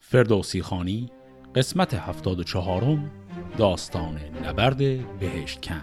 فردوسی خانی قسمت 74 داستان نبرد بهشت کنگ.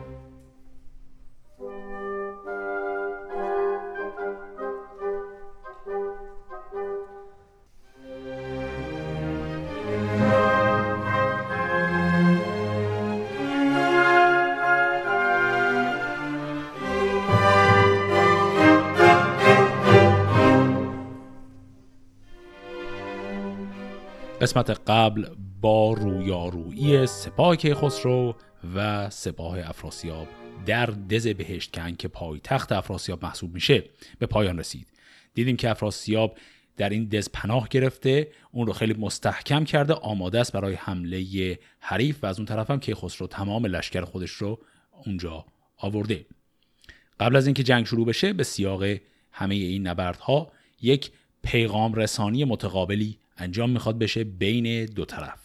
قسمت قبل با رویارویی سپاه کیخسرو و سپاه افراسیاب در دز بهشت کنگ که پایتخت افراسیاب محسوب میشه به پایان رسید. دیدیم که افراسیاب در این دز پناه گرفته، اون رو خیلی مستحکم کرده، آماده است برای حمله حریف و از اون طرف هم کیخسرو تمام لشکر خودش رو اونجا آورده. قبل از اینکه جنگ شروع بشه به سیاق همه این نبردها یک پیغام رسانی متقابلی انجام میخواد بشه بین دو طرف.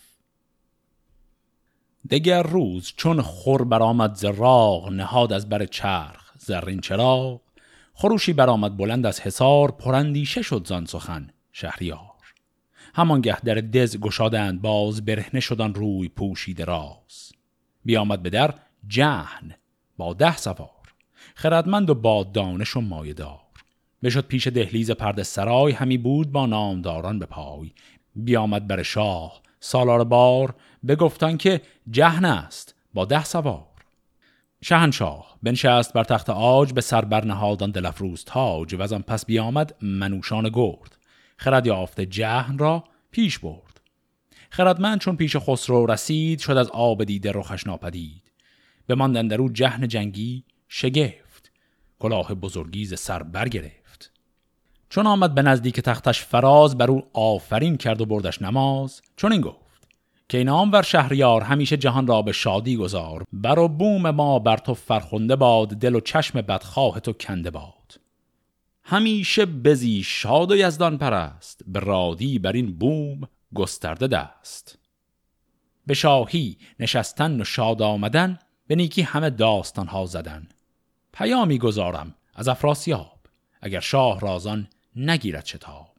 دگر روز چون خور برآمد ز راغ، نهاد از بر چرخ زرین چراغ. خروشی برآمد بلند از حصار، پراندیشه شد زان سخن شهریار. همانگه در دز گشادند باز، برهنه شدن روی پوشیده راز. بیامد به در جهن با 10 سوار، خردمند و با دانش و مایه‌دار. بشد پیش دهلیز پرده سرای، همی بود با نامداران به پای. بیامد بر شاه سالار بار، بگفتان که جهن است با 10 سوار. شهنشاه بنشست بر تخت عاج، به سر برنهادان دل افروز تاج. و از آن پس بیامد منوشان گرد، خرد یافته جهن را پیش برد. خردمند چون پیش خسرو رسید، شد از آب دیده رخش ناپدید. بماند اندرو جهن جنگی شگفت، کلاه بزرگی ز سر برگرفت. چون آمد به نزدیک تختش فراز، بر او آفرین کرد و بردش نماز. چون این گفت که این نامور شهریار، همیشه جهان را به شادی گذار. بر و بوم ما بر تو فرخنده باد، دل و چشم بدخواه تو کنده باد. همیشه بزی شاد و یزدان پرست، به رادی بر این بوم گسترده دست. به شاهی نشستن و شاد آمدن، به نیکی همه داستان ها زدن. پیامی گذارم از افراسیاب، اگر شاه رازان نگیرد شتاب.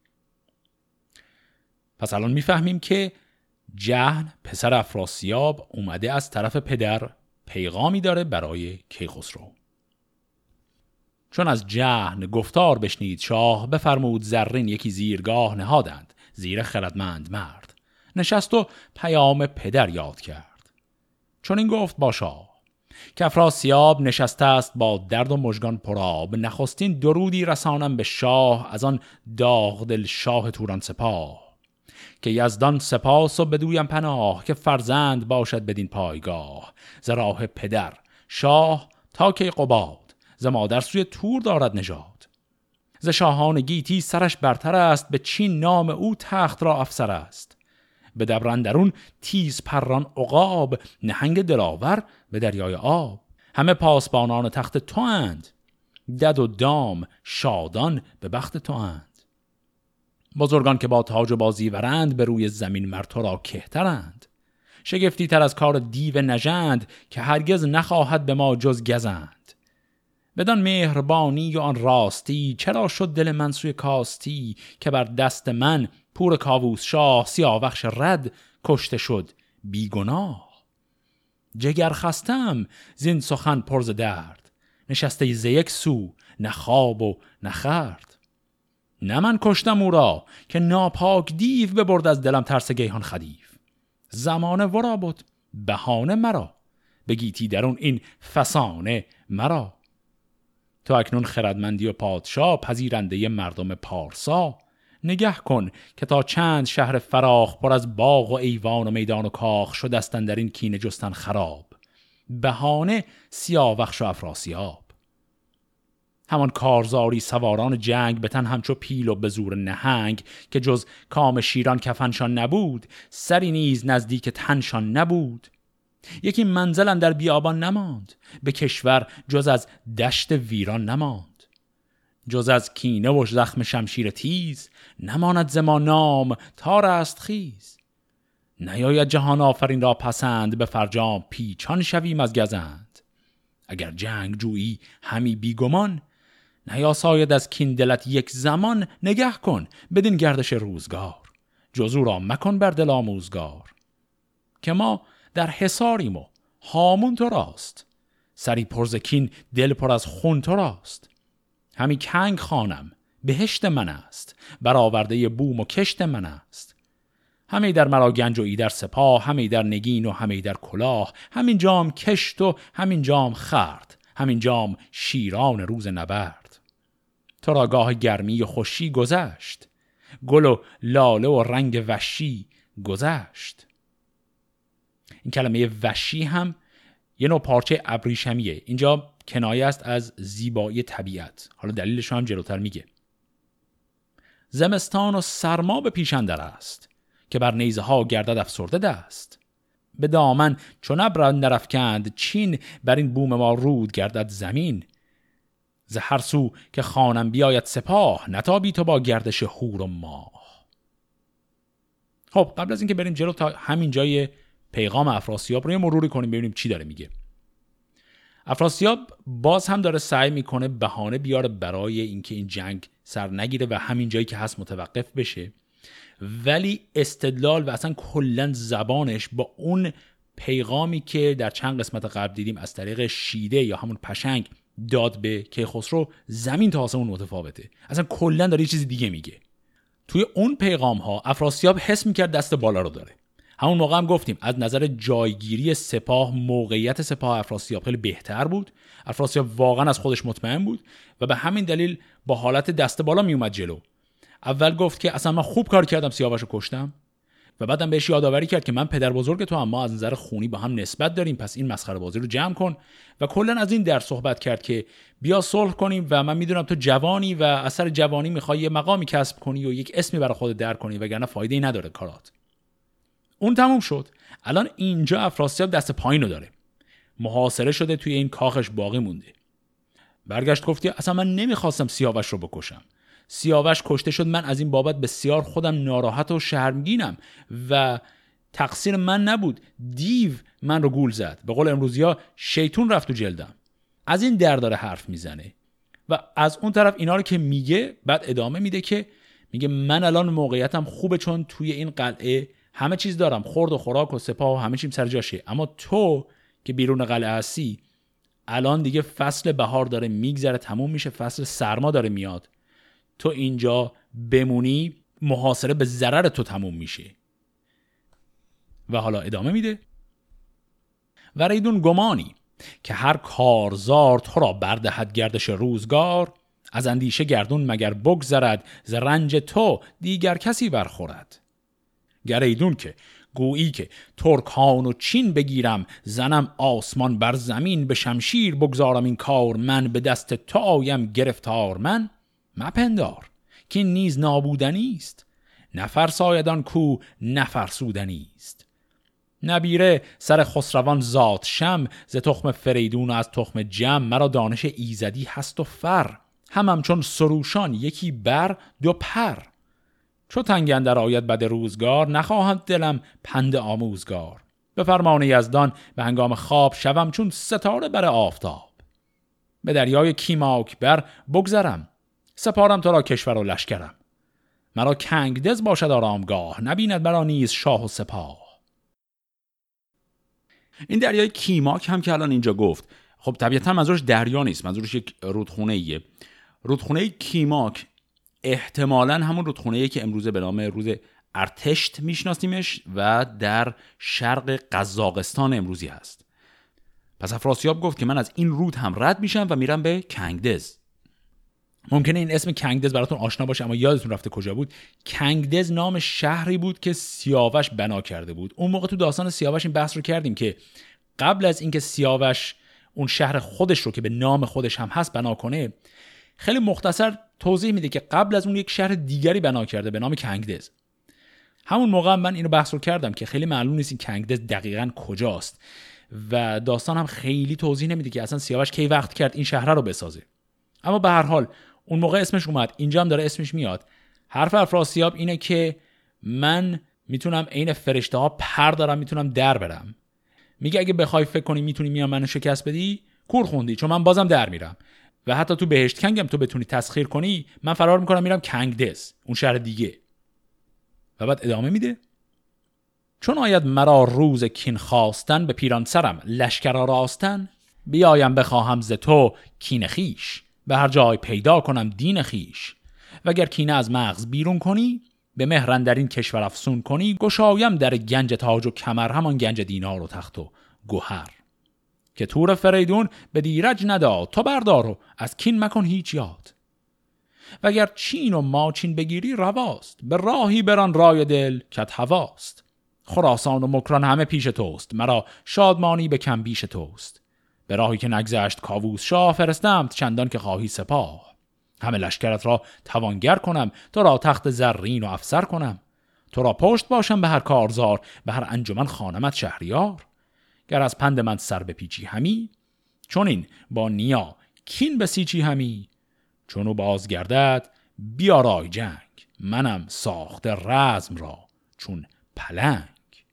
پس الان میفهمیم که جهن پسر افراسیاب اومده از طرف پدر پیغامی داره برای کیخسرو. چون از جهن گفتار بشنید شاه، بفرمود زرین یکی زیرگاه نهادند زیر خردمند مرد. نشست و پیام پدر یاد کرد. چون این گفت با شاه که افراسیاب نشسته است با درد و مژگان پرآب. نخستین درودی رسانم به شاه، از آن داغ دل شاه توران سپاه. که یزدان سپاس و بدویم پناه، که فرزند باشد بدین پایگاه. ز راه پدر شاه تا کیقباد، ز مادر سوی تور دارد نژاد. ز شاهان گیتی سرش برتر است، به چین نام او تخت را افسر است. به دبرندرون تیز پران عقاب، نهنگ دلاور به دریای آب. همه پاسبانان تخت تو اند، دد و دام شادان به بخت تو اند. بزرگان که با تاج و با زیورند، به روی زمین مر تو را کهترند. شگفتی تر از کار دیو نژند، که هرگز نخواهد به ما جز گزند. بدان مهربانی و آن راستی، چرا شد دل من سوی کاستی. که بر دست من پور کاووس شاه، سیاوخش رد کشته شد بیگناه. جگر خستم زین سخن پر ز درد، نشسته ز یک سو نه خواب و نه خورد. نه من کشتم او را، که ناپاک دیو ببرد از دلم ترس گیهان خدیو. زمانه ورا بود بهانه مرا، بگیتی درون این فسانه مرا. تو اکنون خردمندی و پادشاه، پذیرنده مردم پارسا. نگه کن که تا چند شهر فراخ، پر از باغ و ایوان و میدان و کاخ. شدستن در این کینه جستن خراب، بهانه سیاوخش و افراسیاب. همان کارزاری سواران جنگ، به تن همچو پیل و به زور نهنگ. که جز کام شیران کفنشان نبود، سری نیز نزدیک تنشان نبود. یکی منزل اندر بیابان نماند، به کشور جز از دشت ویران نماند. جز از کینه و زخم شمشیر تیز، نماند ز ما نام تا رستخیز. نیاید جهان آفرین را پسند، به فرجام پیچان شویم از گزند. اگر جنگ جویی همی بیگمان، نیاساید از کین دلت یک زمان. نگه کن بدین گردش روزگار، جز او را مکن بر دل آموزگار. که ما در حصاریم و هامون تو راست، سری پرزکین دل پر از خون تو راست. همی کنگ خانم بهشت من است، برآورده بوم و کشت من است. همی در مرا گنج و ایدر سپاه، همی در نگین و همی در کلاه. همین جام کشت و همین جام خرد، همین جام شیران روز نبرد. تو را گاه گرمی و خوشی گذشت، گل و لاله و رنگ وشی گذشت. این کلمه وشی هم یه نوع پارچه ابریشمیه. اینجا کنایه است از زیبایی طبیعت. حالا دلیلش هم جلوتر میگه. زمستان و سرما به پیش اندر است، که بر نیزه ها گردد افسرده دست. به دامن چون ابر اندر افکند چین، بر این بوم ما رود گردد زمین. ز هر سو که خانم بیاید سپاه، نتابی تو با گردش هور و ماه. خب قبل از اینکه بریم جلو تا همین جای پیغام افراسیاب رو یه مروری کنیم ببینیم چی داره میگه. افراسیاب باز هم داره سعی میکنه بهانه بیاره برای اینکه این جنگ سر نگیره و همین جایی که هست متوقف بشه، ولی استدلال و اصلا کلن زبانش با اون پیغامی که در چند قسمت قبل دیدیم از طریق شیده یا همون پشنگ داد به کیخسرو زمین تا آسمون متفاوته. اصلا کلن داره یه چیز دیگه میگه. توی اون پیغام ها افراسیاب حس میکرد دست بالا رو داره. همون موقع هم گفتیم از نظر جایگیری سپاه، موقعیت سپاه افراسیاب خیلی بهتر بود. افراسیاب واقعا از خودش مطمئن بود و به همین دلیل با حالت دست بالا می اومد جلو. اول گفت که اصلا من خوب کار کردم سیاوش رو کشتم و بعدم بهش یادآوری کرد که من پدر بزرگ تو، اما از نظر خونی با هم نسبت داریم، پس این مسخره بازی رو جمع کن. و کلا از این در صحبت کرد که بیا صلح کنیم و من میدونم تو جوانی و اثر جوانی میخوای یه مقامی کسب کنی و یک اسمی برای خودت در کنی، وگرنه فایده‌ای نداره کارات. اون تموم شد. الان اینجا افراسیاب دست پایین رو داره، محاصره شده، توی این کاخش باقی مونده. برگشت گفت اصلا من نمیخواستم سیاوش رو بکشم، سیاوش کشته شد، من از این بابت بسیار خودم ناراحت و شرمگینم و تقصیر من نبود، دیو من رو گول زد، به قول امروزی‌ها شیطون رفت تو جلدم. از این در داره حرف میزنه و از اون طرف اینا رو که میگه بعد ادامه میده که میگه من الان موقعیتم خوبه چون توی این قلعه همه چیز دارم، خورد و خوراک و سپاه و همه چیم سر جاشه، اما تو که بیرون قلعه هستی الان دیگه فصل بهار داره میگذره تموم میشه، فصل سرما داره میاد، تو اینجا بمونی محاصره به ضرر تو تموم میشه. و حالا ادامه میده و ریدون گمانی که هر کارزار تو را بردهد گردش روزگار، از اندیشه گردون مگر بگذرد، ز رنج تو دیگر کسی برخورد. گریدون که گویی که ترکان و چین بگیرم، زنم آسمان بر زمین، به شمشیر بگذارم این کار من، به دست تو آیم گرفتار من. مپندار که این نیز نابودنی است، نفرسایدان کو نفرسودنی است. نبیره سر خسروان زاد شم، ز تخم فریدون و از تخم جم، مرا دانش ایزدی هست و فر، همم چون سروشان یکی بر دو پر. چو تنگ اندر آید بد روزگار، نخواهد دلم پند آموزگار. به فرمان یزدان به هنگام خواب، شوم چون ستاره بر آفتاب. به دریای کیماک بر بگذرم، سپارم تو را کشور و لشکرم. مرا کنگدز باشد آرامگاه، نبیند مرا نیز شاه و سپاه. این دریای کیماک هم که الان اینجا گفت، خب طبیعتا منظورش دریا نیست، منظورش یک رودخونه ایه. رودخونه کیماک احتمالاً همون رودخونه‌ایه که امروزه به نام رود ارتشت میشناسیمش و در شرق قزاقستان امروزی هست. پس افراسیاب گفت که من از این رود هم رد میشم و میرم به کنگدز. ممکنه این اسم کنگدز براتون آشنا باشه اما یادتون رفته کجا بود. کنگدز نام شهری بود که سیاوش بنا کرده بود. اون موقع تو داستان سیاوش این بحث رو کردیم که قبل از اینکه سیاوش اون شهر خودش رو که به نام خودش هم هست بنا کنه، خیلی مختصر توضیح میده که قبل از اون یک شهر دیگری بنا کرده به نام کنگدز. همون موقع من اینو بحث رو کردم که خیلی معلوم نیست این کنگدز دقیقاً کجاست و داستان هم خیلی توضیح نمیده که اصلا سیاوش کی وقت کرد این شهر رو بسازه. اما به هر حال اون موقع اسمش اومد، اینجا هم داره اسمش میاد. حرف افراسیاب اینه که من میتونم عین فرشته ها پر دارم، میتونم در برم. میگه اگه بخوای فکر کنی میتونی میام منو شکست بدی، کور خوندی، چون من بازم در میرم و حتی تو بهشت کنگم تو بتونی تسخیر کنی، من فرار میکنم میرم کنگدز، اون شهر دیگه. و بعد ادامه میده: چون آید مرا روز کین خواستن، به پیران سرم لشکر راستن. بیایم بخواهم ز تو کین خیش، به هر جای پیدا کنم دین خیش. وگر کینه از مغز بیرون کنی، به مهر اندرین کشور افسون کنی. گشایم در گنج تاج و کمر، همان گنج دینار و تخت و گوهر. که تور فریدون به دیرج نداد، تو بردار و از کین مکن هیچ یاد. وگر چین و ماچین بگیری رواست، به راهی بران رای دل کت هواست. خراسان و مکران همه پیش توست، مرا شادمانی به کم بیش توست. به راهی که نگذشت کاووس شاه، فرستمت چندان که خواهی سپاه. همه لشکرت را توانگر کنم، تو را تخت زرین و افسر کنم. تو را پشت باشم به هر کارزار، به هر انجمن خانمت شهریار. گر از پند من سر بپیچی همی، چون این با نیا کین بسیچی همی. چونو بازگردد بیارای جنگ، منم ساخته رزم را چون پلنگ.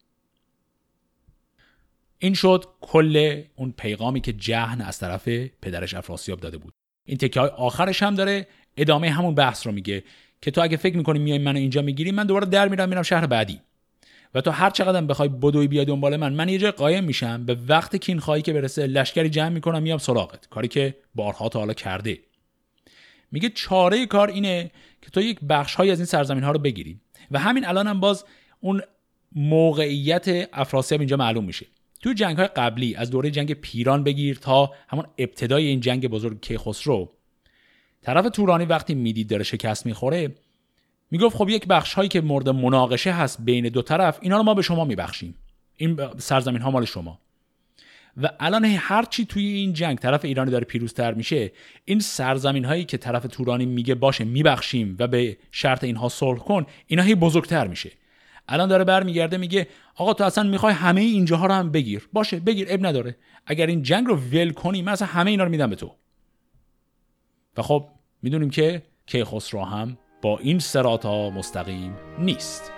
این شد کل اون پیغامی که جهن از طرف پدرش افراسیاب داده بود. این تکه های آخرش هم داره ادامه همون بحث رو میگه که تو اگه فکر میکنی میای منو اینجا میگیری، من دوباره در میرم شهر بعدی و تو هر چقدر بخوای بدوی بیای دنبال من یه جای قایم میشم، به وقت کین خواهی که برسه لشکری جمع میکنم میام سراغت، کاری که بارها تا حالا کرده. میگه چاره کار اینه که تو یک بخش‌های از این سرزمین ها رو بگیری و همین الان هم باز اون موقعیت افراسیاب اینجا معلوم میشه. تو جنگ‌های قبلی از دوره جنگ پیران بگیر تا همون ابتدای این جنگ بزرگ کیخسرو، طرف تورانی وقتی میدید داره شکست میخوره، میگفت خب یک بخش‌هایی که مورد مناقشه هست بین دو طرف، اینا رو ما به شما میبخشیم، این سرزمین‌ها مال شما. و الان هر چی توی این جنگ طرف ایرانی داره پیروزتر میشه، این سرزمین‌هایی که طرف تورانی میگه باشه میبخشیم و به شرط اینها صلح کن، اینا هی بزرگتر میشه. الان داره برمیگرده میگه آقا تو اصلا میخوای همه اینجاها رو هم بگیر، باشه بگیر، اب نداره. اگر این جنگ رو ول کنی من اصلا همه اینا رو میدم به تو. و خب میدونیم که کیخسرو هم با این صراطا مستقیم نیست.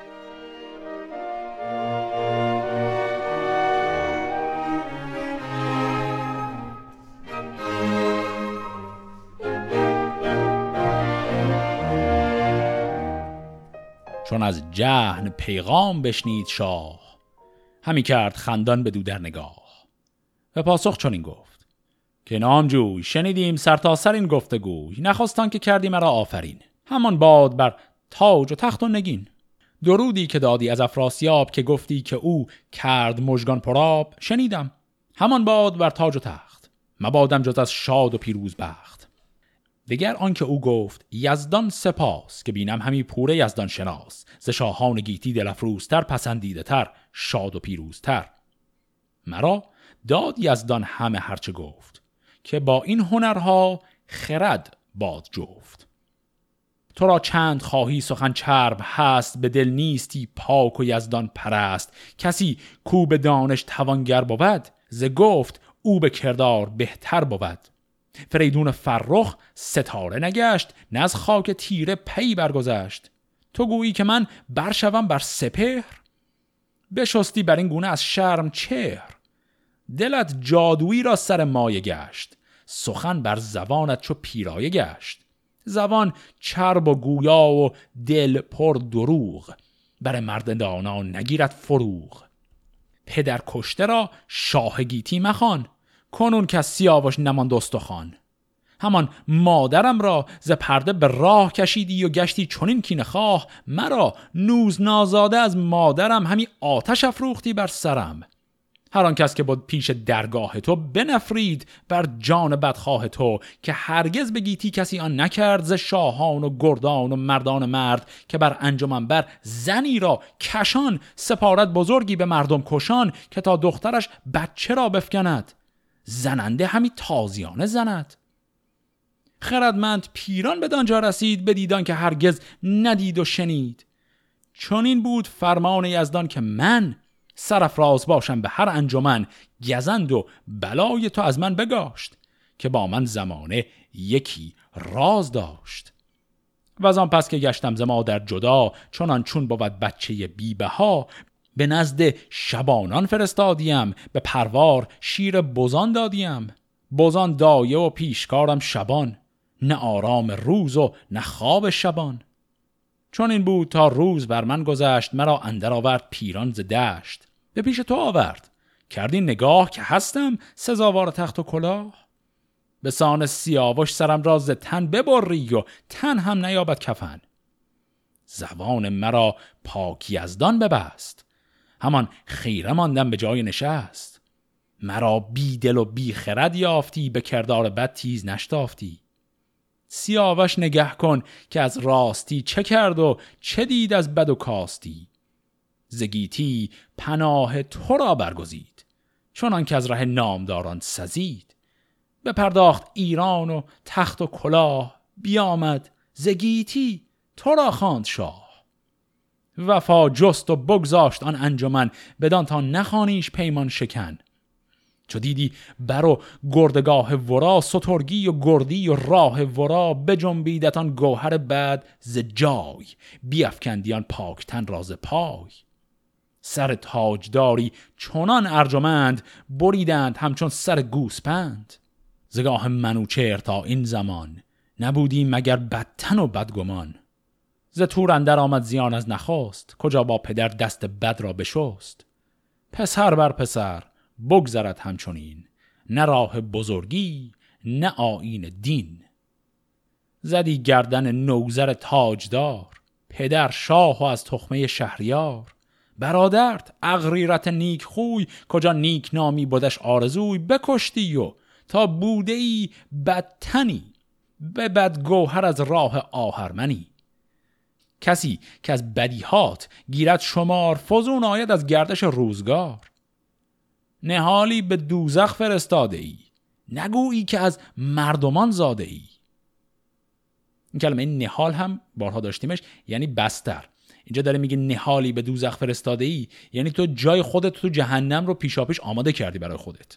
چون از جهن پیغام بشنید شاه، همی کرد خندان بدو در نگاه. و پاسخ چنین گفت که نامجوی، شنیدیم سرتاسر این گفتگوی. نخواستان که کردی مرا آفرین، همان باد بر تاج و تخت و نگین. درودی که دادی از افراسیاب، که گفتی که او کرد مژگان پرآب. شنیدم همان باد بر تاج و تخت، مبادم جز از شاد و پیروز بخت. دگر آن که او گفت یزدان سپاس، که بینم همی پوره یزدان شناس. ز شاهان گیتی دل افروزتر، پسندیده تر شاد و پیروزتر. مرا داد یزدان همه هرچه گفت، که با این هنرها خرد باد جفت. تو را چند خواهی سخن چرب هست، به دل نیستی پاک و یزدان پرست. کسی کو به دانش توانگر بود، ز گفت او به کردار بهتر بود. فریدون فرخ ستاره نگشت، نه از خاک تیره پی برگذشت. تو گویی که من برشوم بر سپهر، بشستی بر این گونه از شرم چهر. دلت جادویی را سر مایه گشت، سخن بر زبانت چو پیرایه گشت. زبان چرب و گویا و دل پر دروغ، بر مرد دانا نگیرد فروغ. پدر کشته را شاه گیتی مخوان، کنون که از سیاوش نماند استخوان. همان مادرم را ز پرده به راه کشیدی، و گشتی چنین کینه خواه. مرا نوز نازاده از مادرم، همی آتش افروختی بر سرم. هر آن کس که بود پیش درگاه تو، بنفرید بر جان بدخواه تو. که هرگز به گیتی کسی آن نکرد، ز شاهان و گردان و مردان مرد. که بر انجمن بر زنی را کشان، سپارت بزرگی به مردم کشان. که تا دخترش بچه را بفکند، زننده همی تازیانه زند. خردمند پیران بدانجا رسید، بدیدان که هرگز ندید و شنید. چون این بود فرمان یزدان که من، سرافراز باشم به هر انجمن. گزند و بلای تو از من بگاشت، که با من زمانه یکی راز داشت. و از آن پس که گشتم ز مادر جدا، چونان چون بود بچه بی بها. به نزد شبانان فرستادیم، به پروار شیر بزان دادیم. بزان دایه و پیشکارم شبان، نه آرام روز و نه خواب شبان. چون این بود تا روز بر من گذشت، مرا اندر آورد پیران ز دشت. به پیش تو آورد کردی نگاه، که هستم سزاوار تخت و کلاه. به سان سیاوش سرم را ز تن ببری، و تن هم نیابد کفن. زبان مرا پاک یزدان ببست، همان خیره ماندم به جای نشست. مرا بی دل و بی خرد یافتی، به کردار بد تیز نشتافتی. سیاوش نگه کن که از راستی، چه کرد و چه دید از بد و کاستی. ز گیتی پناه تو را برگزید، چونان که از ره نامداران سزید. بپرداخت ایران و تخت و کلاه، بیامد ز گیتی تو را خواند شاه. وفا جست و بگذاشت آن انجمن، بدان تا نخوانیش پیمان شکن. چو دیدی بر و گردگاه ورا، سترگی و گردی و راه ورا. بجنبیدت آن گوهر بد ز جای، بیفکندی آن پاکتن راز پای. سر تاجداری چنان ارجمند، بریدند همچون سر گوسپند. زگاه منوچهر تا این زمان، نبودی مگر بدتن و بدگمان. ز تور اندر آمد زیان از نخست، کجا با پدر دست بد را بشست. پسر بر پسر بگذرد همچنین، نه راه بزرگی نه آیین دین. زدی گردن نوذر تاجدار، پدر شاه و از تخمه شهریار. برادرت اغریرت نیک خوی، کجا نیک نامی بودش آرزوی. بکشتی و تا بوده ای بدتنی، به بد گوهر از راه آهرمنی. کسی که از بدیهات گیرد شمار، فزون آید از گردش روزگار. نهالی به دوزخ فرستاده ای، نگویی که از مردمان زاده ای. این کلمه نهال هم بارها داشتیمش، یعنی بستر. اینجا داره میگه نهالی به دوزخ فرستاده ای، یعنی تو جای خودت تو جهنم رو پیشاپیش آماده کردی برای خودت.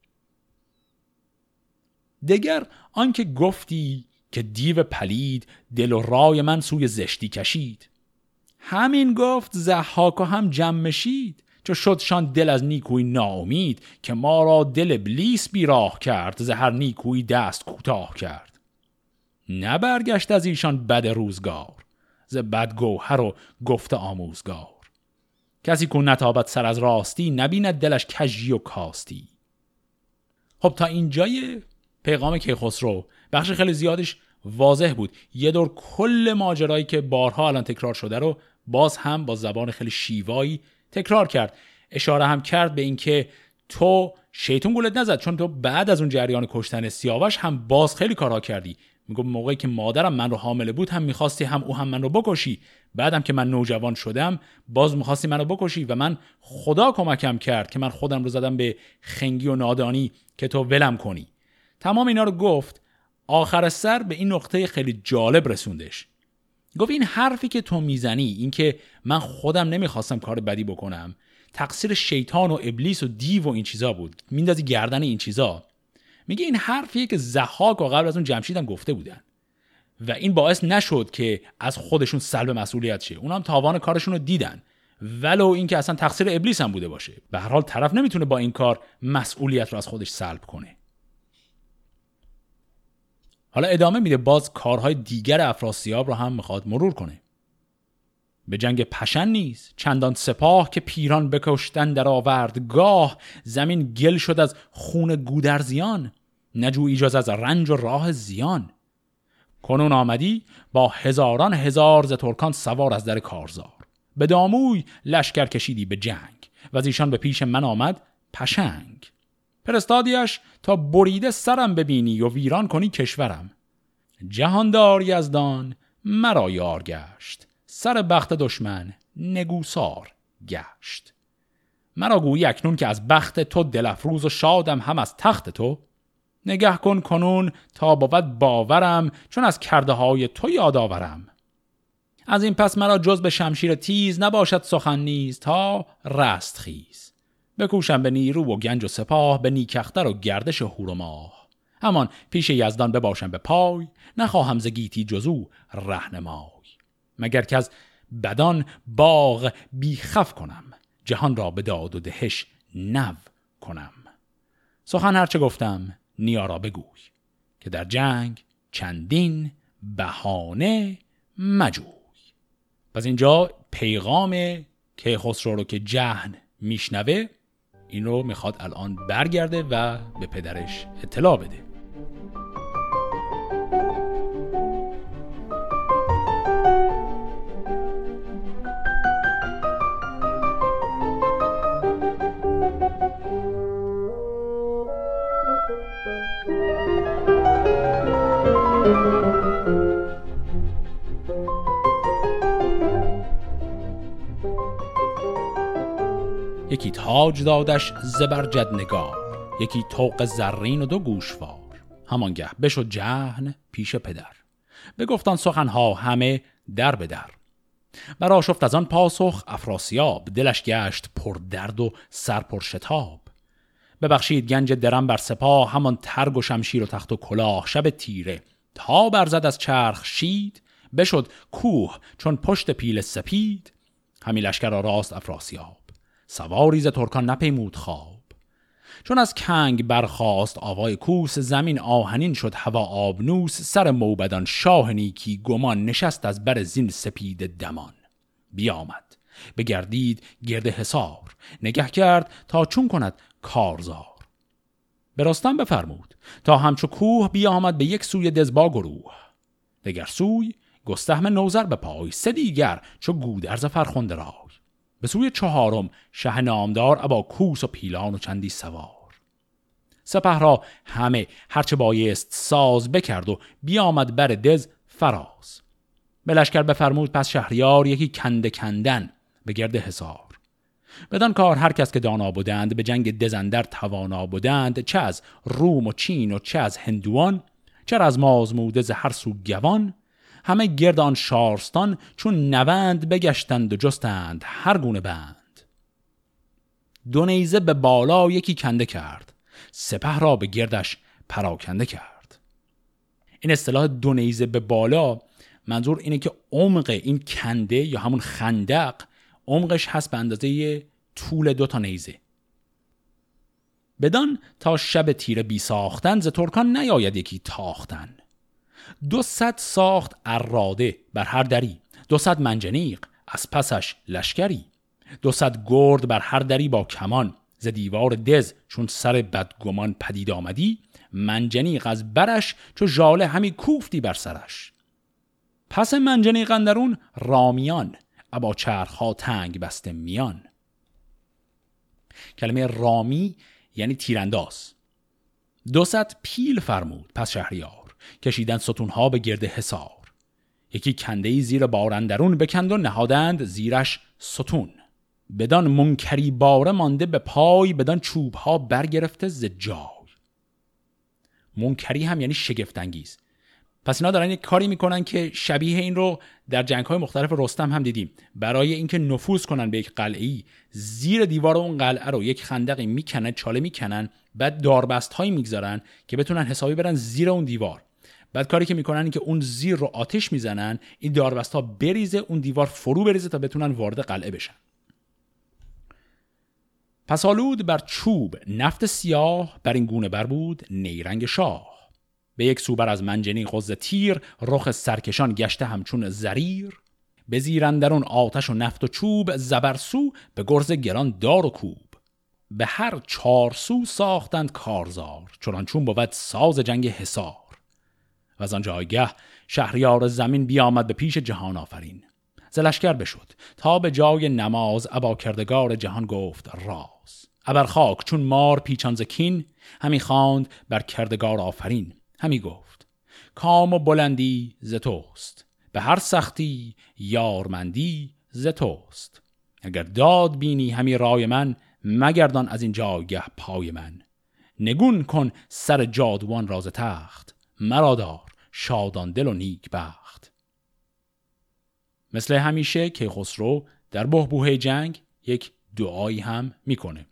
دگر آنکه گفتی که دیو پلید، دل و رای من سوی زشتی کشید. همین گفت ضحاک و هم جمشید، چو شدشان دل از نیکوی ناامید. که ما را دل ابلیس بیراه کرد، ز هر نیکوی دست کوتاه کرد. نبرگشت از ایشان بد روزگار، ز بد گوهر و گفت آموزگار. کسی کو نتابد سر از راستی، نبیند دلش کژی و کاستی. خب تا اینجای پیغام کیخسرو بخش خیلی زیادش واضح بود. یه دور کل ماجرایی که بارها الان تکرار شده رو باز هم با زبان خیلی شیوایی تکرار کرد. اشاره هم کرد به این که تو شیطون گولت نزد، چون تو بعد از اون جریان کشتن سیاوش هم باز خیلی کارها کردی. میگم موقعی که مادرم من رو حامله بود هم میخواستی هم او هم من رو بکشی. بعدم که من نوجوان شدم باز میخواستی من رو بکشی و من خدا کمکم کرد که من خودم رو زدم به خنگی و نادانی که تو ولم کنی. تمام اینا رو گفت. آخر سر به این نقطه خیلی جالب رسوندش. گفت این حرفی که تو میزنی، این که من خودم نمیخواستم کار بدی بکنم، تقصیر شیطان و ابلیس و دیو و این چیزا بود، میندازی گردن این چیزا. میگه این حرفیه که ضحاک و قبل از اون جمشید هم گفته بودن و این باعث نشد که از خودشون سلب مسئولیت شه. اونا هم تاوان کارشون رو دیدن، ولو این که اصلا تقصیر ابلیس هم بوده باشه. به هر حال طرف نمیتونه با این کار مسئولیت رو از خودش سلب کنه. حالا ادامه میده، باز کارهای دیگر افراسیاب رو هم میخواد مرور کنه. به جنگ پشن نیز چندان سپاه، که پیران بکشتن در آوردگاه. زمین گل شد از خون گودرزیان، نجو ایجاز از رنج و راه زیان. کنون آمدی با هزاران هزار، ز ترکان سوار از در کارزار. به داموی لشکر کشیدی به جنگ، و از ایشان به پیش من آمد پشنگ. فرستادیش تا بریده سرم ببینی، و ویران کنی کشورم. جهاندار یزدان مرا یار گشت، سر بخت دشمن نگوسار گشت. مرا گویی اکنون که از بخت تو دل افروز و شادم هم از تخت تو. نگه کن کنون تا بود باورم، چون از کرده های تو یاد آورم. از این پس مرا جز به شمشیر تیز، نباشد سخن نیز تا رست خیز. بکوشم به نیرو و گنج و سپاه، به نیکختر و گردش هور و ماه. همان پیش یزدان بباشم به پای، نخواهم ز گیتی جزو رهنمای. مگر که از بدان باغ بیخف کنم، جهان را به داد و دهش نو کنم. سخن هرچه گفتم نیا را بگوی، که در جنگ چندین بهانه مجوی. پس اینجا پیغام کیخسرو رو که جهن میشنوه این رو میخواد الان برگرده و به پدرش اطلاع بده. یکی تاج دادش زبرجد نگار، یکی طوق زرین و 2 گوشوار. همانگه بشد جهن پیش پدر، بگفتان سخنها همه در به در. برآشفت از آن پاسخ افراسیاب، دلش گشت پر درد و سر پر شتاب. ببخشید گنج درم بر سپاه، همان ترگ و شمشیر و تخت و کلاه. شب تیره تا برزد از چرخ شید، بشد کوه چون پشت پیل سپید. همی لشکر راست افراسیاب، سواری ز ترکان نپیمود خواب. چون از کنگ برخاست آوای کوس، زمین آهنین شد هوا آبنوس. سر موبدان شاه نیکی گمان، نشست از بر زین سپید دمان. بیامد بگردید گرد حصار، نگه کرد تا چون کند کارزار. به رستم بفرمود تا همچو کوه، بیامد به یک سوی دزبا گروه. دگر سوی گستهم نوذر به پای، 3 دیگر چو گودرز فرخنده رای. به سوی 4م شه نامدار، ابا کوس و پیلان و چندی سوار. سپه را همه هرچه بایست ساز، بکرد و بیامد بر دز فراز. به لشکر بفرمود پس شهریار، یکی کنده کندن به گرد حصار. بدان کار هر کس که دانا بودند، به جنگ دز اندر توانا بودند. چه از روم و چین و چه از هندوان، چه از مازموده ز هر سو گوان. همه گرد آن شارستان چون نوند، بگشتند و جستند هر گونه بند. 2 نیزه به بالا یکی کنده کرد، سپه را به گردش پراکنده کرد. این اصطلاح 2 نیزه به بالا منظور اینه که عمق این کنده یا همون خندق عمقش هست به اندازه طول 2 تا نیزه. بدان تا شب تیره بی ساختن، ز ترکان نیاید یکی تاختن. 200 ساخت اراده بر هر دری، 200 منجنیق از پسش لشکری. 200 گرد بر هر دری با کمان، ز دیوار دز چون سر بدگمان پدید آمدی. منجنیق از برش چو ژاله همی کوفتی بر سرش. پس منجنیق اندرون رامیان، ابا چرخها تنگ بسته میان. کلمه رامی یعنی تیرانداز. 200 پیل فرمود پس شهریار، کشیدن ستونها به گرد حصار. یکی کنده‌ای زیر بار اندرون، بکند و نهادند زیرش ستون. بدان منکری باره مانده به پای، بدان چوبها برگرفته ز جای. منکری هم یعنی شگفت انگیز. پس اینا دارن یک کاری میکنن که شبیه این رو در جنگ‌های مختلف رستم هم دیدیم. برای اینکه نفوذ کنن به یک قلعه‌ای، زیر دیوار اون قلعه رو یک خندقی میکنن، چاله میکنن، بعد داربست‌هایی میگذارن که بتونن حسابی برن زیر اون دیوار. بعد کاری که میکنن این که اون زیر رو آتش میزنن، این داربست‌ها بریزه، اون دیوار فرو بریزه تا بتونن وارد قلعه بشن. پس آلود بر چوب نفت سیاه، بر این گونه بر بود نیرنگ شاه. به یک سو بر از منجنیق و ز تیر، رخ سرکشان گشته همچون زریر. به زیر اندرون آتش و نفت و چوب، زبر سو به گرز گران دار و کوب. به هر 4 سو ساختند کارزار، چنان چون بود ساز جنگ حصار. و از آن جایگه شهریار زمین بیامد به پیش جهان آفرین. ز لشکر بشد تا به جای نماز، ابا کردگار جهان گفت راز. ابر خاک چون مار پیچان ز کین، همی خواند بر کردگار آفرین. همی گفت کام و بلندی ز توست، به هر سختی یارمندی ز توست. اگر داد بینی همی رای من، مگردان از این جایگه پای من. نگون کن سر جادوان راز تخت، مرا دار شادان دل و نیک بخت. مثل همیشه کیخسرو در بحبوحه جنگ یک دعایی هم میکنه.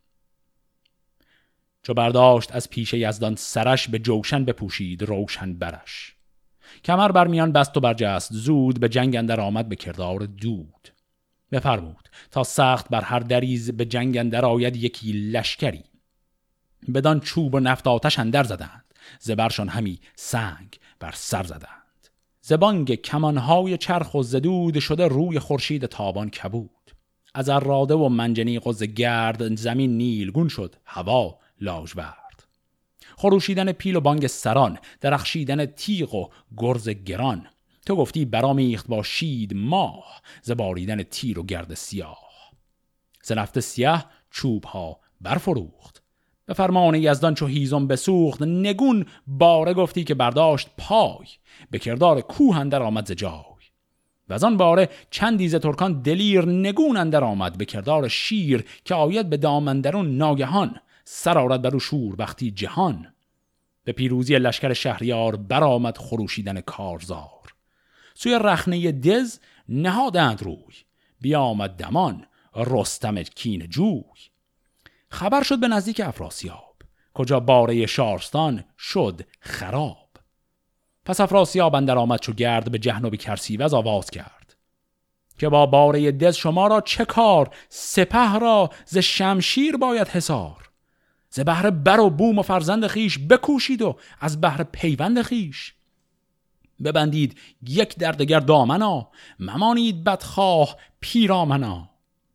چو برداشت از پیش یزدان سرش، به جوشن بپوشید روشن برش. کمر بر میان بست و برجست زود، به جنگ اندر آمد به کردار دود. بفرمود تا سخت بر هر دریز، به جنگ اندر آید یکی لشکری. بدان چوب و نفت آتش اندر زدند، زبرشان همی سنگ بر سر زدند. زبانگ کمانهای چرخ و زدود شده روی خورشید تابان کبود. از اراده و منجنیق و گرد زمین نیلگون شد هوا لاژورد. خروشیدن پیل و بانگ سران، درخشیدن تیغ و گرز گران. تو گفتی برامیخت با شید ماه، زباریدن تیر و گرد سیاه. ز نفت سیاه چوب ها برفروخت، به فرمان یزدان چو هیزم بسوخت. نگون باره گفتی که برداشت پای، به کردار کوه اندر آمد ز جای. وزان باره چندی ز ترکان دلیر، نگون اندر آمد به کردار شیر. که آید به دامندرون ناگهان، سر آرد برو شور بختی جهان. به پیروزی لشکر شهریار برآمد خروشیدن کارزار. سوی رخنه دز نهادند روی، بیامد دمان رستم کین جوی. خبر شد به نزدیک افراسیاب، کجا باره شارستان شد خراب. پس افراسیاب اندر آمد چو گرد، به جهن و به کرسیوز آواز کرد که با باره دز شما را چه کار؟ سپه را ز شمشیر باید حصار. ز بهر بر و بوم و فرزند خیش، بکوشید و از بهر پیوند خیش. ببندید یک در دگر دامنا، ممانید بدخواه پیرامنا.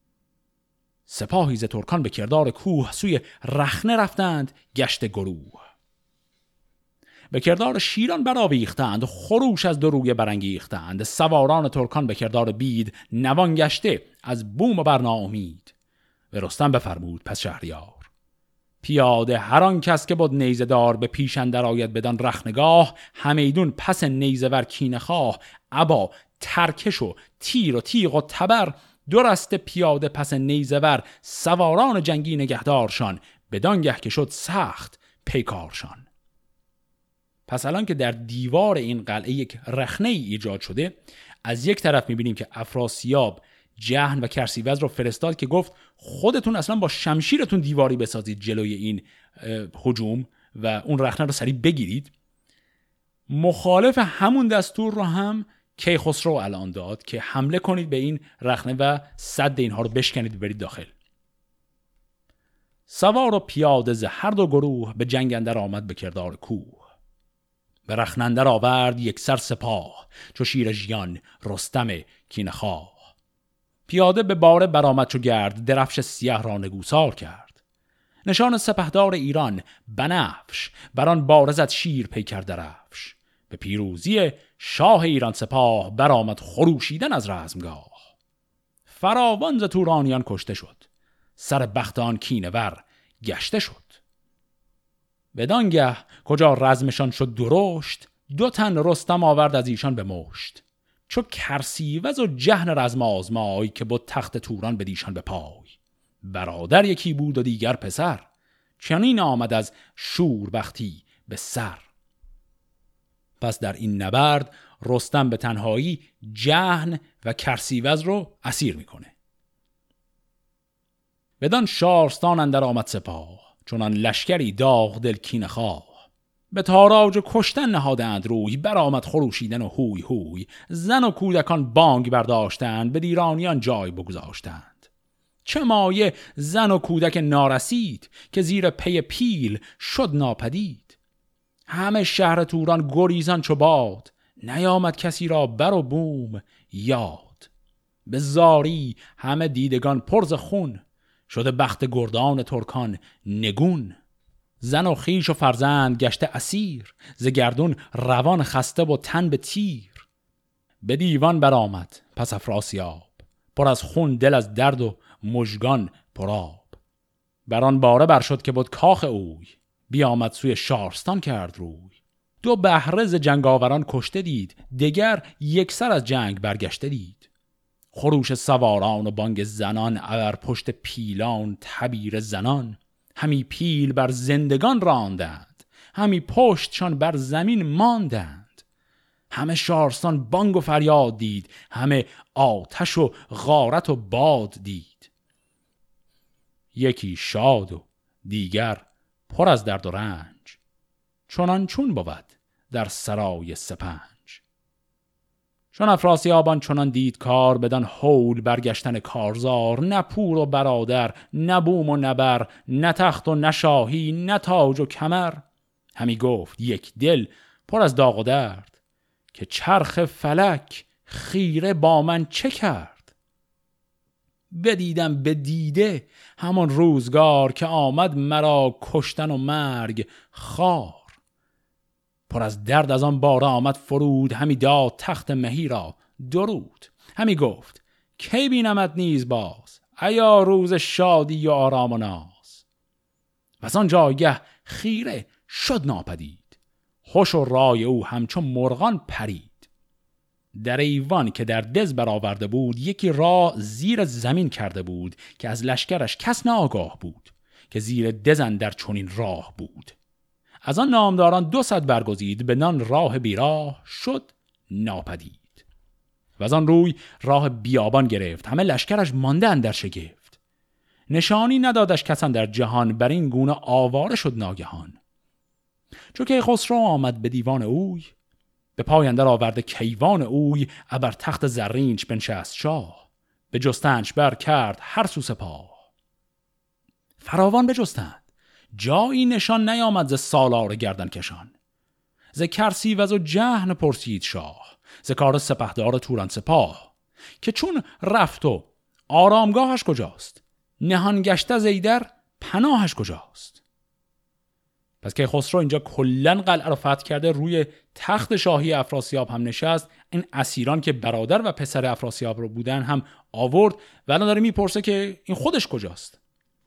سپاهی ز ترکان به کردار کوه، سوی رخنه رفتند گشت گروه. به کردار شیران برآویختند، خروش از دو رویه برانگیختند. سواران ترکان به کردار بید، نوان گشته از بوم و بر ناامید. به رستم بفرمود پس شهریار، پیاده هر آن کس که بود نیزه دار. به پیش اندر آید بدان رخنگاه، همیدون پس نیزه ور کینه خواه. ابا ترکش و تیر و تیغ و تبر، دو رسته پیاده پس نیزه ور. سواران جنگی نگهدارشان، بدانگه که شد سخت پیکارشان. پس الان که در دیوار این قلعه یک رخنه ای ایجاد شده، از یک طرف میبینیم که افراسیاب جهن و کرسیوز رو فرستاد که گفت خودتون اصلا با شمشیرتون دیواری بسازید جلوی این هجوم و اون رخنه رو سریع بگیرید. مخالف همون دستور رو هم کیخسرو الان داد که حمله کنید به این رخنه و سد اینها رو بشکنید و برید داخل. سوار و پیاده ز هر دو گروه، به جنگ اندر آمد به کردار کوه. به رخنه اندر آورد یک سر سپاه، چو شیر ژیان رستم کینه خواه. پیاده به باره برآمد چو گرد، درفش سیاه را نگوسار کرد. نشان سپهدار ایران بنفش، بران باره زد شیر پیکر درفش. به پیروزی شاه ایران سپاه، برآمد خروشیدن از رزمگاه. فراوان ز تورانیان کشته شد، سر بخت آن کینه ور گشته شد. بدانگه کجا رزمشان شد درشت، دو تن رستم آورد از ایشان به مشت. چو کرسیوز و جهن رزم آزمای، که بود تخت توران بدیشان به پای. برادر یکی بود و دیگر پسر، چنین آمد از شور بختی به سر. پس در این نبرد رستم به تنهایی جهن و کرسیوز رو اسیر میکنه. بدان شارستان اندر آمد سپاه، چونان لشکری داغ دل کینه خواه. به تاراج و کشتن نهادند روی، برآمد خروشیدن و هوی هوی. زن و کودکان بانگ برداشتند، به دیرانیان جای بگذاشتند. چه مایه زن و کودک نارسید، که زیر پی پیل شد ناپدید. همه شهر توران گریزان چو باد، نیامد کسی را بر و بوم یاد. به زاری همه دیدگان پر ز خون، شده بخت گردان ترکان نگون. زن و خیش و فرزند گشته اسیر، ز گردون روان خسته و تن به تیر. به دیوان برآمد پس افراسیاب، پر از خون دل از درد و مژگان پرآب. بران باره بر شد که بود کاخ اوی، بیامد سوی شارستان کرد روی. دو بهره ز جنگاوران کشته دید، دگر یک سر از جنگ برگشته دید. خروش سواران و بانگ زنان، ابر پشت پیلان تبیر زنان. همی پیل بر زندگان راندند، همی پشتشان بر زمین ماندند. همه شارستان بانگ و فریاد دید، همه آتش و غارت و باد دید. یکی شاد و دیگر پر از درد و رنج، چنان چون بود در سرای سپنج. چون افراسیابان چنان دید کار، بدان هول برگشتن کارزار. نه پور و برادر، نه بوم و نه بر، نه تخت و نه شاهی، نه تاج و کمر. همی گفت یک دل پر از داغ و درد، که چرخ فلک خیره با من چه کرد؟ بدیدم به دیده همان روزگار که آمد مرا کشتن و مرگ خار. پر از درد از آن باره آمد فرود، همی داد تخت مهی را درود. همی گفت کی بینمت نیز باز، ایا روز شادی و آرام و ناز. و از آن جایگه خیره شد ناپدید، خوش و رای او همچون مرغان پرید. در ایوان که در دز برآورده بود، یکی راه زیر زمین کرده بود، که از لشکرش کس نه آگاه بود، که زیر دز اندر چنین راه بود. از آن نامداران 200 برگزید، بدان راه بیراه شد ناپدید. و از آن روی راه بیابان گرفت، همه لشکرش مانده اندر شگفت. نشانی ندادش کس اندر جهان، بر این گونه آواره شد ناگهان. چو کیخسرو آمد به دیوان اوی، به پای اندر آورده کیوان اوی. ابر تخت زرینش بنشست شاه، به جستنش بر کرد هر سو سپاه. فراوان بجستند جایی نشان، نیامد ز سالار گردن کشان. ز کرسیوز و جهن پرسید شاه، ز کار سپهدار توران سپاه. که چون رفت و آرامگاهش کجاست، نهان گشته زیدر پناهش کجاست. پس که خسرو اینجا کلن قلعه رو فتح کرده، روی تخت شاهی افراسیاب هم نشست. این اسیران که برادر و پسر افراسیاب رو بودن هم آورد و الان داره میپرسه که این خودش کجاست.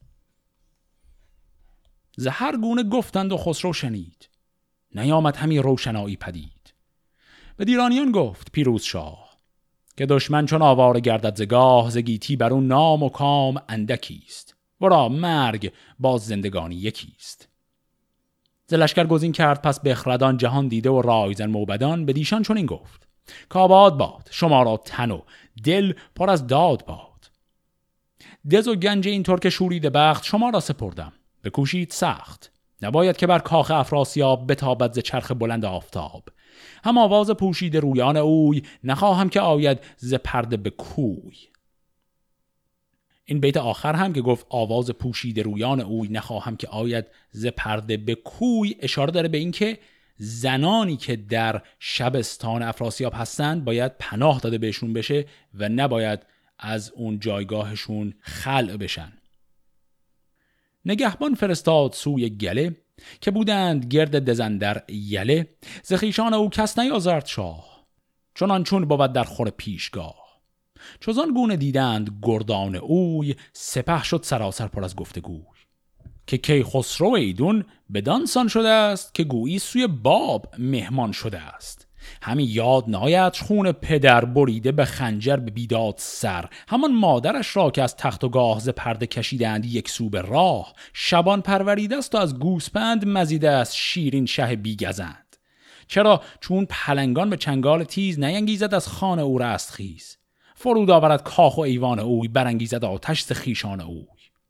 ز هر گونه گفتند و خسرو شنید، نیامد همی روشنایی پدید. به دیرانیان گفت پیروز شاه، که دشمن چون آواره گردد ز گاه. ز گیتی بر اون نام و کام اندکیست، ورا مرگ باز زندگانی یکیست. ز لشکر گزین کرد پس بخردان، جهان دیده و رایزن موبدان. به دیشان چون این گفت که آباد باد شما را تن و دل پر از داد باد. دز و گنج این ترک شورید بخت، شما را سپردم بکوشید سخت. نباید که بر کاخ افراسیاب، بتابد ز چرخ بلند آفتاب. هم آواز پوشید رویان اوی، نخواهم که آید ز پرده به کوی. این بیت آخر هم که گفت آواز پوشید رویان اوی، نخواهم که آید ز پرده به کوی، اشاره داره به این که زنانی که در شبستان افراسیاب هستن باید پناه داده بهشون بشه و نباید از اون جایگاهشون خلع بشن. نگهبان فرستاد سوی گله، که بودند گرد دزندر یله. ز خویشان او کس نیازرد شاه، چنان چون بود در خور پیشگاه. چوزان گونه دیدند گردان اوی، سپه شد سراسر پر از گفتگوی. که کیخسرو ایدون بدان سان شده است، که گویی سوی باب مهمان شده است. همی یاد ناید خون پدر، بریده به خنجر به بیداد سر. همان مادرش را که از تخت و گاه، ز پرده کشیدند یک سو به راه. شبان پروریده است و از گوسپند مزیده است، شیرین شه بیگزند. چرا چون پلنگان به چنگال تیز، نینگیزد از خان او رست خیز. فرود آورد کاخ و ایوان اوی، برانگیزد آتش ز خویشان اوی.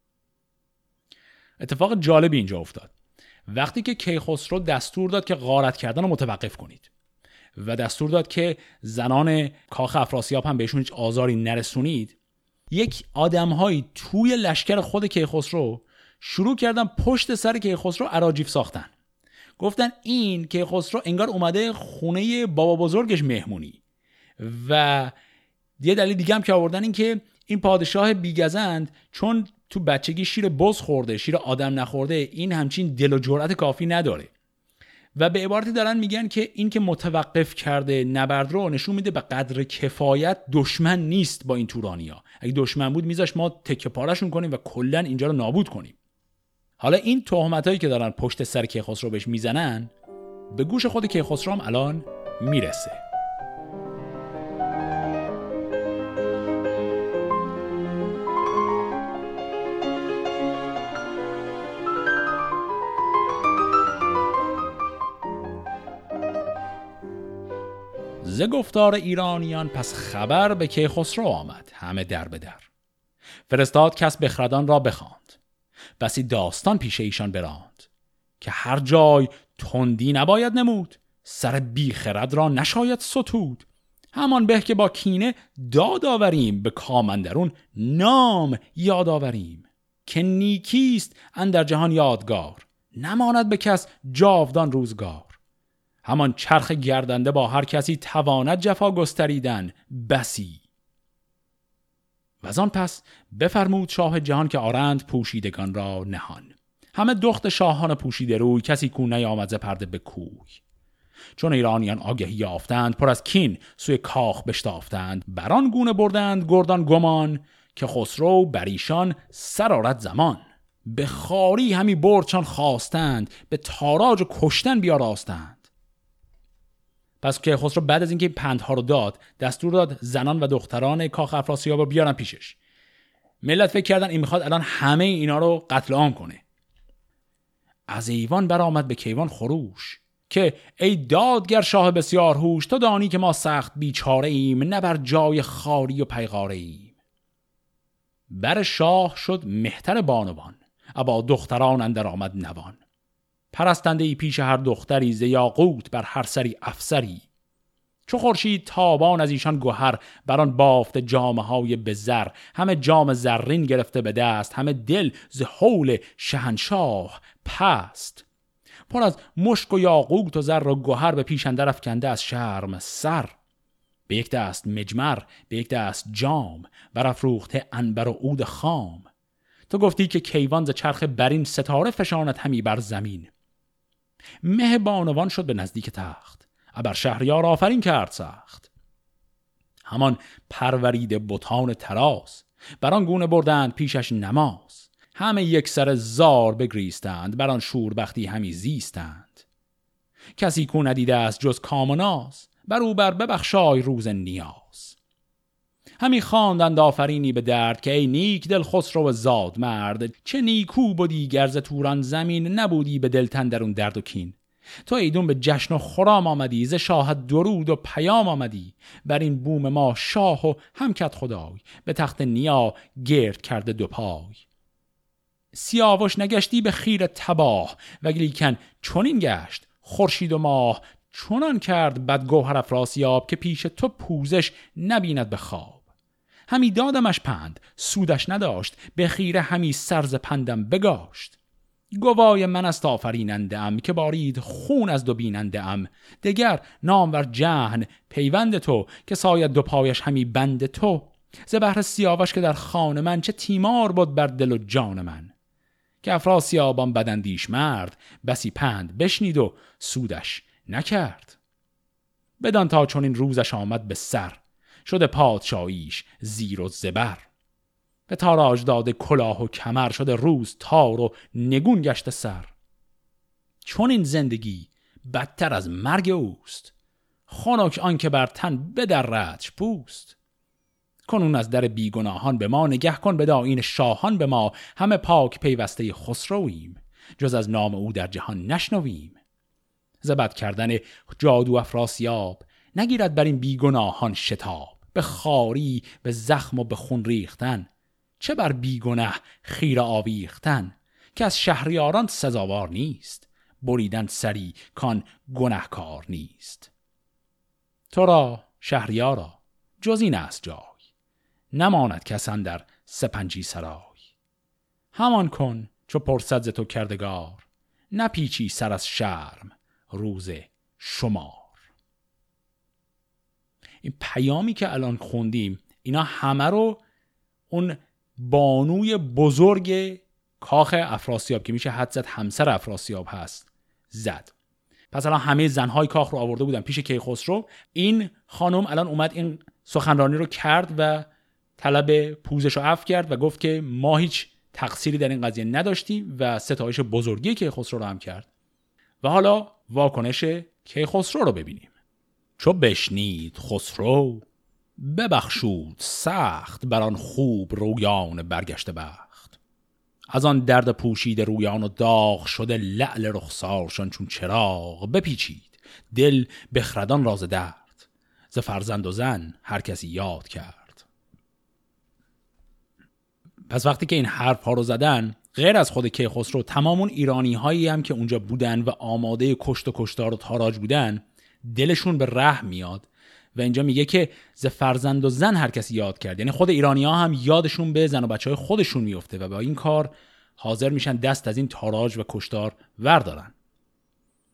اتفاق جالبی اینجا افتاد. وقتی که کیخسرو دستور داد که غارت کردن رو متوقف کنید و دستور داد که زنان کاخ افراسیاب هم بهشون هیچ آزاری نرسونید، یک آدم‌هایی توی لشکر خود کیخسرو شروع کردن پشت سر کیخسرو اراجیف ساختن. گفتن این کیخسرو انگار اومده خونه بابا بزرگش مهمونی. و یه دلیل دیگه هم که آوردن این که این پادشاه بیگزند چون تو بچگی شیر بز خورده، شیر آدم نخورده، این همچین دل و جرأت کافی نداره. و به عبارتی دارن میگن که این که متوقف کرده نبرد رو نشون میده به قدر کفایت دشمن نیست با این تورانیا. اگه دشمن بود میذاش ما تکه پاره‌شون کنیم و کلا اینجا رو نابود کنیم. حالا این تهمتایی که دارن پشت سر کیخسرو بهش میزنن به گوش خود کیخسرو هم الان میرسه. ز گفتار ایرانیان پس خبر به کیخسرو آمد همه در به در. فرستاد کس بخردان را بخواند، بسی داستان پیش ایشان براند. که هر جای تندی نباید نمود، سر بی خرد را نشاید ستود. همان به که با کینه داد آوریم، به کام اندرون نام یاد آوریم. که نیکیست اندر جهان یادگار، نماند به کس جاودان روزگار. همان چرخ گردنده با هر کسی تواند جفا گستریدن بسی. و از آن پس بفرمود شاه جهان که آرند پوشیدگان را نهان. همه دخت شاهان پوشیده روی، کسی کو نیامد ز پرده به کوی. چون ایرانیان آگهی یافتند، پر از کین سوی کاخ بشتافتند. بران گونه بردند گردان گمان، که خسرو بر ایشان سر آرد زمان. به خواری همی بردشان خواستند، به تاراج و کشتن بیاراستند. پس که خسرو بعد از اینکه پندها رو داد، دستور داد زنان و دختران کاخ افراسیاب رو بیارن پیشش. ملت فکر کردن این میخواد الان همه اینا رو قتل عام کنه. از ایوان برآمد به کیوان خروش، که ای دادگر شاه بسیار هوش. تو دانی که ما سخت بیچاره ایم، نه بر جای خاری و پیغاره ایم. بر شاه شد مهتر بانوان، ابا دختران اندر آمد نوان. پرستنده ای پیش هر دختری، ز یاقوت بر هر سری افسری. چو خورشید تابان از ایشان گوهر، بران بافت جامه های به زر. همه جام زرین گرفته به دست، همه دل ز هول شهنشاه پست. پر از مشک و یاقوت و زر و گوهر، به پیش اندر افکنده از شرم سر. به یک دست مجمر، به یک دست جام، برافروخته عنبر و عود خام. تو گفتی که کیوان ز چرخ برین، ستاره فشاند همی بر زمین. مه بانوان شد به نزدیک تخت، ابر شهریار آفرین کرد سخت. همان پرورید بتان تراس، بران گونه بردند پیشش نماز. همه یک سر زار بگریستند، بران شوربختی همی زیستند. کسی کو ندیده است جز کام و ناز، بر او بر ببخشای روز نیاز. همی خواندند آفرینی به درد، که ای نیک دل خسرو زاد مرد. چه نیکو بودی گرز توران زمین، نبودی به دلتن درون درد و کین. تو ایدون به جشن و خرام آمدی، ز شاهت درود و پیام آمدی. بر این بوم ما شاه و هم کد خدای، به تخت نیا گرد کرده دو پای. سیاوش نگشتی به خیر تباه، ولیکن چنین گشت خورشید و ماه. چنان کرد بدگوهر افراسیاب، که پیش تو پوزش نبیند به خواب. همی دادمش پند سودش نداشت، به خیره همی سرز پندم بگاشت. گوای من است آفریننده ام، که بارید خون از دو بیننده ام. دگر نامور جهن پیوند تو، که ساید دو پایش همی بند تو. ز بهر سیاوش که در خان من، چه تیمار بود بر دل و جان من. که افراسیابان بداندیش مرد، بسی پند بشنید و سودش نکرد. بدان تا چون این روزش آمد به سر، شده پادشاهیش زیر و زبر. به تاراج داده کلاه و کمر، شده روز تار و نگون گشته سر. چون این زندگی بدتر از مرگ اوست، خنک آن که بر تن بدردش پوست. کنون از در بیگناهان به ما، نگه کن به داین شاهان به ما. همه پاک پیوسته خسرویم، جز از نام او در جهان نشنویم. ز بد کردن جادو افراسیاب، نگیرد بر این بیگناهان شتاب. به خاری به زخم و به خون ریختن، چه بر بیگنه خیره آویختن. که از شهریاران سزاوار نیست، بریدن سری کان گنهکار نیست. تو را شهریارا جز این است جای، نماند کس اندر سپنجی سرای. همان کن چو پرسد ز تو کردگار، نپیچی سر از شرم روز شمار. این پیامی که الان خوندیم، اینا همه رو اون بانوی بزرگ کاخ افراسیاب که میشه حد زد همسر افراسیاب هست زد. پس الان همه زنهای کاخ رو آورده بودن پیش کیخسرو. این خانم الان اومد این سخنرانی رو کرد و طلب پوزش رو عفو کرد و گفت که ما هیچ تقصیری در این قضیه نداشتیم و ستایش بزرگی کیخسرو رو هم کرد. و حالا واکنش کیخسرو رو ببینیم. چو بشنید خسرو، ببخشود سخت بران خوب رویان برگشته بخت. از آن درد پوشیده رویان و داغ شده، لعل رخسارشان چون چراغ. بپیچید دل بخردان راز درد، ز فرزند و زن هر کسی یاد کرد. پس وقتی که این حرف ها رو زدن، غیر از خود کیخسرو، تمام اون ایرانی هایی هم که اونجا بودن و آماده کشت و کشتار و تاراج بودن، دلشون به رحم میاد و اینجا میگه که ز فرزند و زن هر کسی یاد کرد. یعنی خود ایرانی ها هم یادشون به زن و بچه های خودشون میفته و با این کار حاضر میشن دست از این تاراج و کشتار وردارن.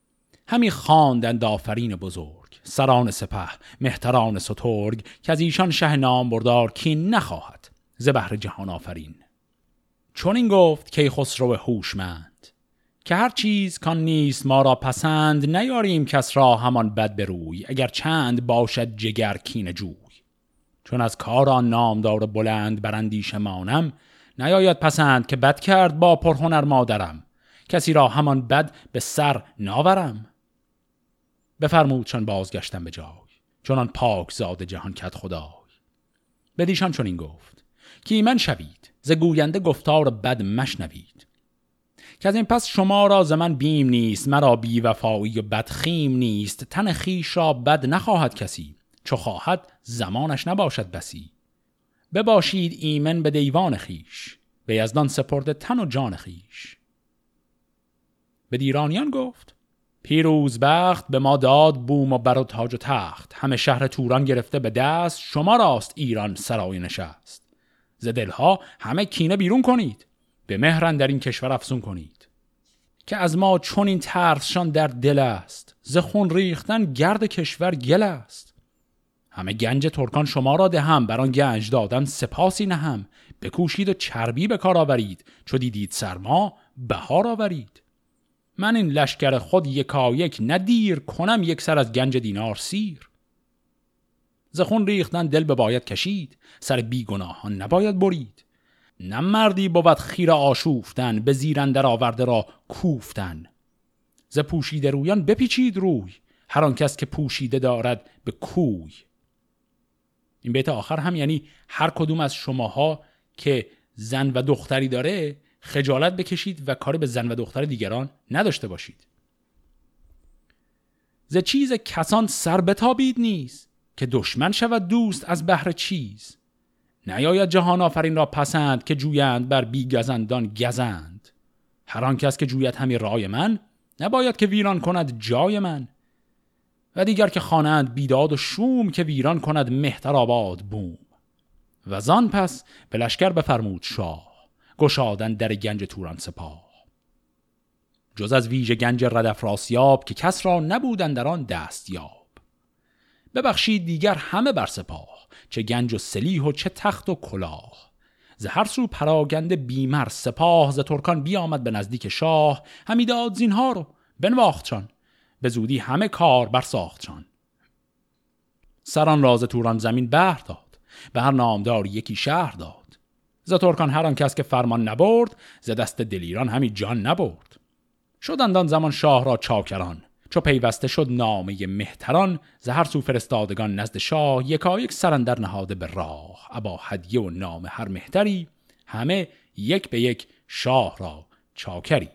همی خواندند آفرین بزرگ، سران سپه مهتران سترگ، که از ایشان شه نام بردار کین نخواهد ز بهر جهان آفرین. چون این گفت کیخسرو هوشمند، که هر چیز کان نیست ما را پسند، نیاریم کس را همان بد بروی، اگر چند باشد جگر کین جوی. چون از کار آن نامدار بلند براندیش مانم، نیاید پسند که بد کرد با پرهنر مادرم، کسی را همان بد به سر ناورم. بفرمود چون بازگشتم به جای، چونان پاک زاده جهان کد خدای. بدیشان چون این گفت که ایمن شوید، ز گوینده گفتار بد مشنوید. که از این پس شما را ز من بیم نیست، مرا بی وفایی و بدخیم نیست. تن خیش را بد نخواهد کسی، چو خواهد زمانش نباشد بسی. بباشید ایمن به دیوان خیش، به یزدان سپرده تن و جان خیش. به دیرانیان گفت پیروز بخت، به ما داد بوم و بر و تاج و تخت. همه شهر توران گرفته به دست، شما راست ایران سرای نشست. ز دلها همه کینه بیرون کنید، به مهرن در این کشور افزون کنید. که از ما چون این ترسشان در دل است، ز خون ریختن گرد کشور گل است. همه گنج ترکان شما را دهم، بر آن گنج دادن سپاسی نهم. بکوشید و چربی به کار آورید، چو دیدید سرما بهار آورید. من این لشکر خود یکایک ندیر، کنم یک سر از گنج دینار سیر. ز خون ریختن دل بباید کشید، سر بی گناهان نباید برید. نه مردی بود خیر آشوفتن، به زیر اندر آورده را کوفتن. ز پوشیده رویان بپیچید روی، هر آن کس که پوشیده دارد به کوی. این بیت آخر هم یعنی هر کدوم از شماها که زن و دختری داره خجالت بکشید و کاری به زن و دختر دیگران نداشته باشید. ز چیز کسان سر بتابید نیست، که دشمن شود دوست از بهر چیز. نیاید جهان آفرین را پسند، که جویند بر بی گزندان گزند. هر آن کس که جوید همی رای من، نباید که ویران کند جای من. و دیگر که خوانند بیداد و شوم، که ویران کند مهتر آباد بوم. و زان پس به لشکر بفرمود شاه، گشادن در گنج توران سپاه. جز از ویژه گنج رد افراسیاب، که کس را نبودن در آن دستیاب. ببخشید دیگر همه بر سپاه، چه گنج و سلیح و چه تخت و کلاه. ز هر سو پراگنده بیمر سپاه، ز ترکان بیامد به نزدیک شاه. همی داد زینها رو بنواختشان، به زودی همه کار برساختشان. سران راز توران زمین بهر داد، به هر نامدار یکی شهر داد. ز ترکان هر آن کس که فرمان نبرد، ز دست دلیران همی جان نبرد. شدند آن زمان شاه را چاکران، چو پیوسته شد نامه مهتران. ز هر سو فرستادگان نزد شاه، یکایک سر اندر نهاده به راه. ابا هدیه و نام هر مهتری، همه یک به یک شاه را چاکری.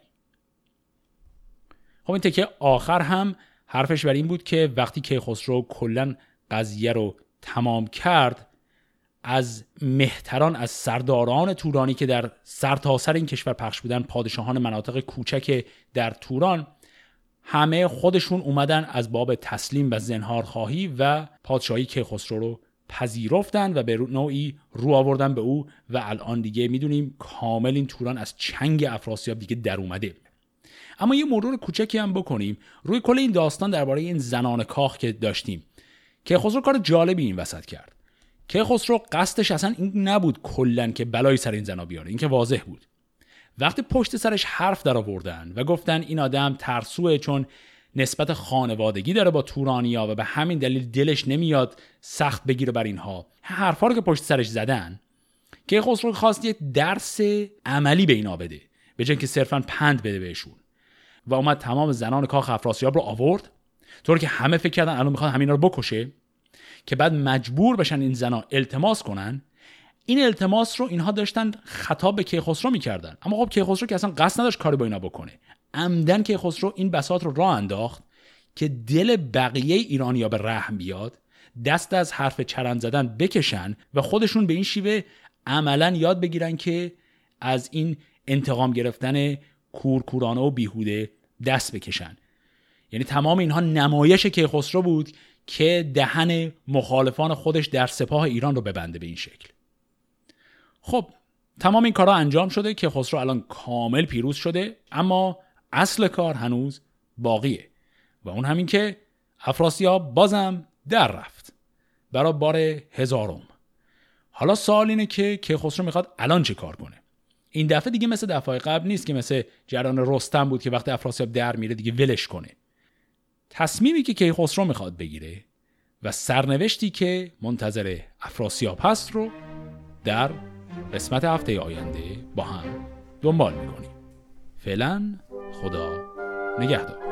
خب این تکه آخر هم حرفش بر این بود که وقتی کیخسرو کلن قضیه رو تمام کرد، از مهتران، از سرداران تورانی که در سرتاسر این کشور پخش بودن، پادشاهان مناطق کوچک در توران، همه خودشون اومدن از باب تسلیم و زنهار خواهی و پادشاهی کیخسرو رو پذیرفتن و به نوعی رو آوردن به او. و الان دیگه میدونیم کامل این توران از چنگ افراسیاب دیگه در اومده. اما یه مرور کوچکی هم بکنیم روی کل این داستان درباره این زنان کاخ که داشتیم. کیخسرو کار جالبی این وسط کرد. کیخسرو قصدش اصلا این نبود کلن که بلای سر این زنا بیاره، این که واضح بود. وقتی پشت سرش حرف در آوردن و گفتن این آدم ترسوه چون نسبت خانوادگی داره با تورانیا و به همین دلیل دلش نمیاد سخت بگیره بر اینها، حرفا رو که پشت سرش زدن، کیخسرو خواست یک درس عملی به اینا بده به جای اینکه صرفا پند بده بهشون. و اومد تمام زنان کاخ افراسیاب رو آورد، طور که همه فکر کردن الان میخواد همینا رو بکشه، که بعد مجبور بشن این زنا التماس کنن. این التماس رو اینها داشتن خطاب به کیخسرو میکردن، اما خب کیخسرو که اصلا قصد نداشت کاری با اینا بکنه. عمدن کیخسرو این بساط رو راه انداخت که دل بقیه ایرانیا به رحم بیاد، دست از حرف چرند زدن بکشن و خودشون به این شیوه عملا یاد بگیرن که از این انتقام گرفتن کورکورانه و بیهوده دست بکشن. یعنی تمام اینها نمایش کیخسرو بود که دهن مخالفان خودش در سپاه ایران رو ببنده به این شکل. خب تمام این کارها انجام شده که خسرو الان کامل پیروز شده، اما اصل کار هنوز باقیه و اون همین که افراسیاب بازم در رفت برای بار 1000م. حالا سوال اینه که کیخسرو میخواد الان چه کار کنه. این دفعه دیگه مثل دفعه قبل نیست که مثل جریان رستم بود که وقتی افراسیاب در میره دیگه ولش کنه. تصمیمی که کیخسرو میخواد بگیره و سرنوشتی که منتظر افراسیاب هست رو در قسمت هفته آینده با هم دنبال میکنیم. فعلا خدا نگهدار.